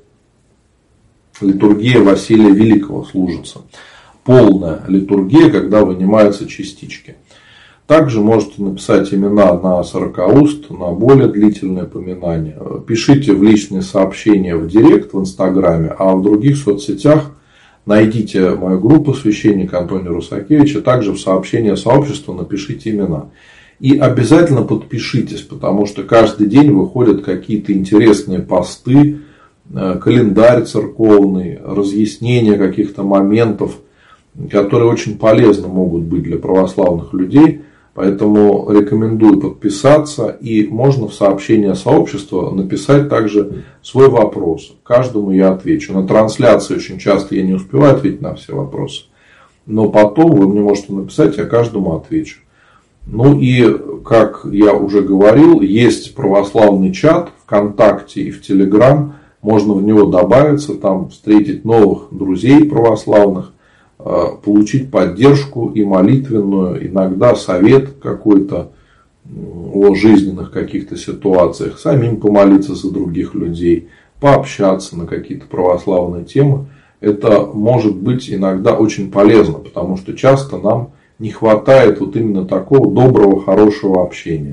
литургия Василия Великого служится. Полная литургия, когда вынимаются частички. Также можете написать имена на сорокауст, на более длительное поминание. Пишите в личные сообщения в директ в Инстаграме, а в других соцсетях найдите мою группу священника Антония Русакевича. Также в сообщение сообщества напишите имена. И обязательно подпишитесь, потому что каждый день выходят какие-то интересные посты, календарь церковный, разъяснения каких-то моментов, которые очень полезны могут быть для православных людей. Поэтому рекомендую подписаться. И можно в сообщение сообщества написать также свой вопрос. Каждому я отвечу. На трансляции очень часто я не успеваю ответить на все вопросы. Но потом вы мне можете написать, я каждому отвечу. Ну и, как я уже говорил, есть православный чат ВКонтакте и в Телеграм. Можно в него добавиться, там встретить новых друзей православных, получить поддержку и молитвенную, иногда совет какой-то о жизненных каких-то ситуациях, самим помолиться за других людей, пообщаться на какие-то православные темы. Это может быть иногда очень полезно, потому что часто нам не хватает вот именно такого доброго, хорошего общения.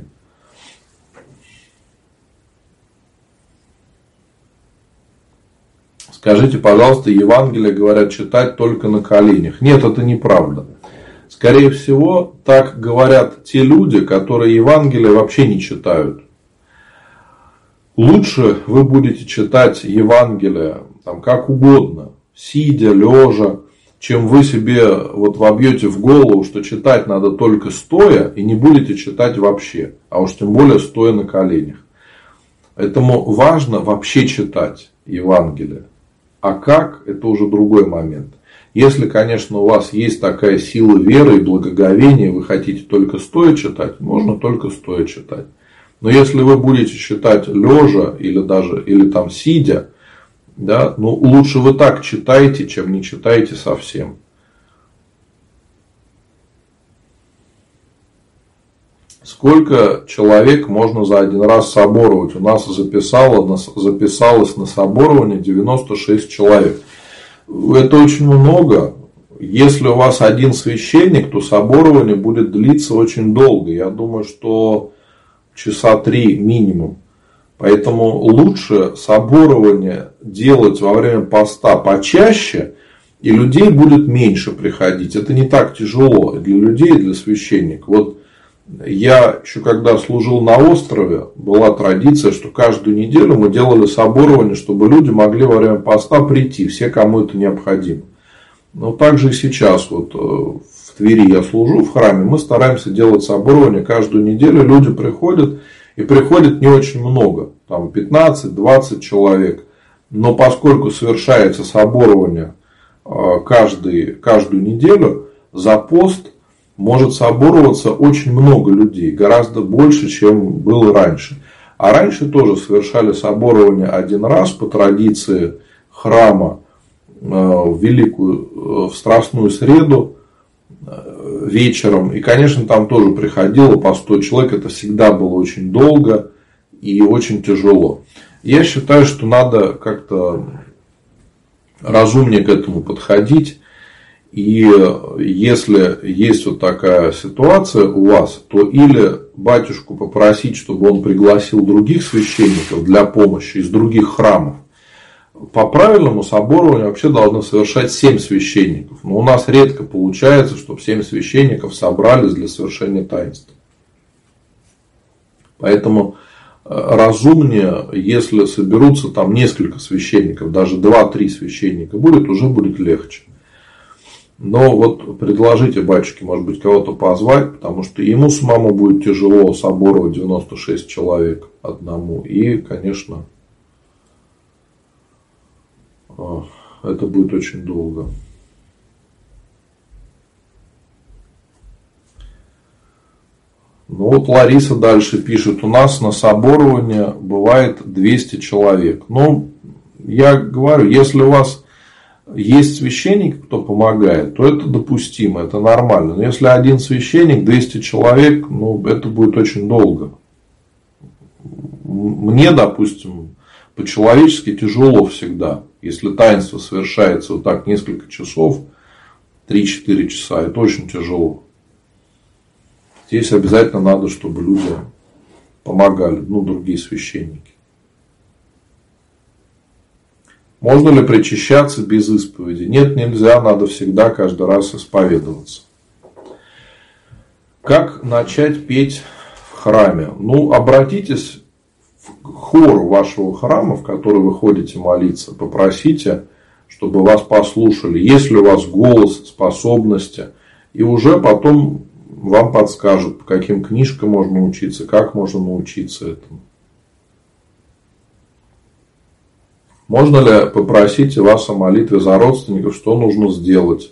Скажите, пожалуйста, Евангелие, говорят, читать только на коленях. Нет, это неправда. Скорее всего, так говорят те люди, которые Евангелие вообще не читают. Лучше вы будете читать Евангелие там, как угодно, сидя, лежа, чем вы себе вот вобьете в голову, что читать надо только стоя, и не будете читать вообще, а уж тем более стоя на коленях. Поэтому важно вообще читать Евангелие. А как, это уже другой момент. Если, конечно, у вас есть такая сила веры и благоговения, вы хотите только стоя читать, можно только стоя читать. Но если вы будете читать лежа или даже или там сидя, да, ну лучше вы так читаете, чем не читаете совсем. Сколько человек можно за один раз соборовать? У нас записало, записалось на соборование девяносто шесть человек. Это очень много. Если у вас один священник, то соборование будет длиться очень долго. Я думаю, что часа три минимум. Поэтому лучше соборование делать во время поста почаще, и людей будет меньше приходить. Это не так тяжело и для людей, и для священников. Вот я еще когда служил на острове, была традиция, что каждую неделю мы делали соборование, чтобы люди могли во время поста прийти, все, кому это необходимо. Но также и сейчас, вот в Твери я служу в храме, мы стараемся делать соборование каждую неделю, люди приходят, и приходит не очень много, там пятнадцать-двадцать человек. Но поскольку совершается соборование каждый, каждую неделю, за пост может собороваться очень много людей, гораздо больше, чем было раньше. А раньше тоже совершали соборование один раз по традиции храма в Великую, в Страстную среду вечером. И, конечно, там тоже приходило по сто человек. Это всегда было очень долго и очень тяжело. Я считаю, что надо как-то разумнее к этому подходить. И если есть вот такая ситуация у вас, то или батюшку попросить, чтобы он пригласил других священников для помощи из других храмов. По правильному соборованию вообще должны совершать семь священников. Но у нас редко получается, чтобы семь священников собрались для совершения таинства. Поэтому разумнее, если соберутся там несколько священников, даже два-три священника будет, уже будет легче. Но вот предложите батюшке, может быть, кого-то позвать, потому что ему самому будет тяжело соборовать девяносто шесть человек одному. И, конечно, это будет очень долго. Ну вот Лариса дальше пишет, у нас на соборование бывает двести человек. Ну, я говорю, если у вас есть священник, кто помогает, то это допустимо, это нормально. Но если один священник, двести человек, ну, это будет очень долго. Мне, допустим, по-человечески тяжело всегда. Если таинство совершается вот так несколько часов, три-четыре часа, это очень тяжело. Здесь обязательно надо, чтобы люди помогали, ну, другие священники. Можно ли причащаться без исповеди? Нет, нельзя, надо всегда каждый раз исповедоваться. Как начать петь в храме? Ну, обратитесь в хор вашего храма, в который вы ходите молиться, попросите, чтобы вас послушали, есть ли у вас голос, способности, и уже потом вам подскажут, по каким книжкам можно учиться, как можно научиться этому. Можно ли попросить вас о молитве за родственников, что нужно сделать?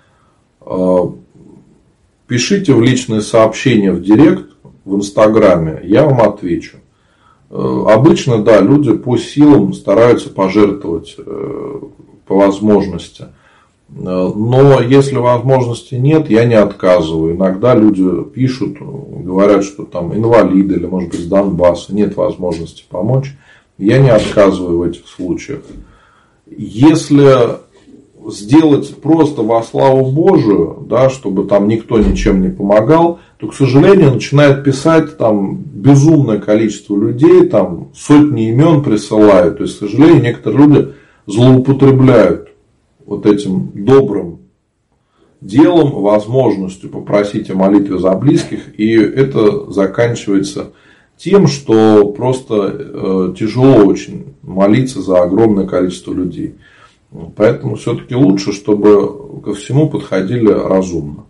Пишите в личные сообщения в директ, в Инстаграме, я вам отвечу. Обычно, да, люди по силам стараются пожертвовать по возможности. Но если возможности нет, я не отказываю. Иногда люди пишут, говорят, что там инвалиды или, может быть, с Донбасса, нет возможности помочь. Я не отказываю в этих случаях. Если сделать просто во славу Божию, да, чтобы там никто ничем не помогал, то, к сожалению, начинает писать там безумное количество людей, там сотни имен присылают. То есть, к сожалению, некоторые люди злоупотребляют вот этим добрым делом, возможностью попросить о молитве за близких, и это заканчивается тем, что просто э, тяжело очень молиться за огромное количество людей. Поэтому все-таки лучше, чтобы ко всему подходили разумно.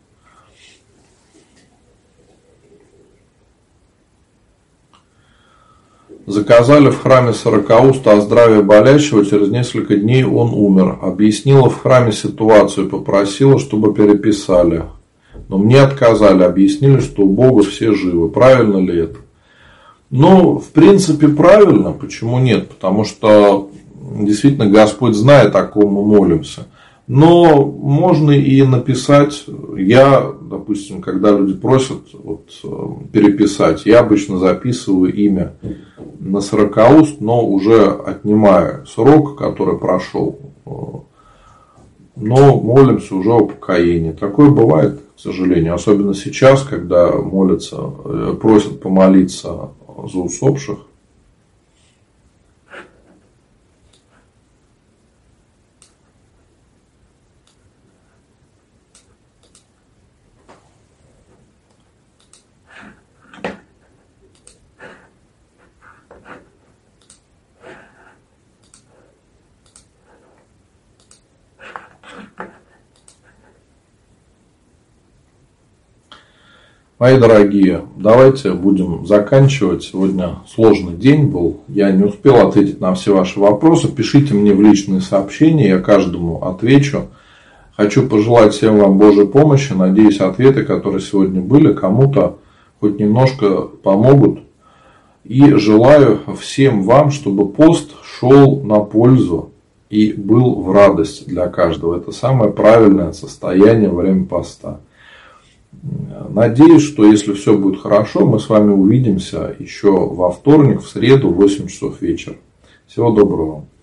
Заказали в храме сорокауста о здравии болящего, через несколько дней он умер. Объяснила в храме ситуацию, попросила, чтобы переписали. Но мне отказали, объяснили, что у Бога все живы. Правильно ли это? Ну, в принципе, правильно. Почему нет? Потому что действительно Господь знает, о ком мы молимся. Но можно и написать. Я, допустим, когда люди просят вот, переписать, я обычно записываю имя на сорокауст, но уже отнимая срок, который прошел. Но молимся уже о покаянии. Такое бывает, к сожалению. Особенно сейчас, когда молятся, просят помолиться за усопших. Мои дорогие, давайте будем заканчивать. Сегодня сложный день был. Я не успел ответить на все ваши вопросы. Пишите мне в личные сообщения, я каждому отвечу. Хочу пожелать всем вам Божьей помощи. Надеюсь, ответы, которые сегодня были, кому-то хоть немножко помогут. И желаю всем вам, чтобы пост шел на пользу и был в радость для каждого. Это самое правильное состояние во время поста. Надеюсь, что если все будет хорошо, мы с вами увидимся еще во вторник, в среду, в восемь часов вечера. Всего доброго.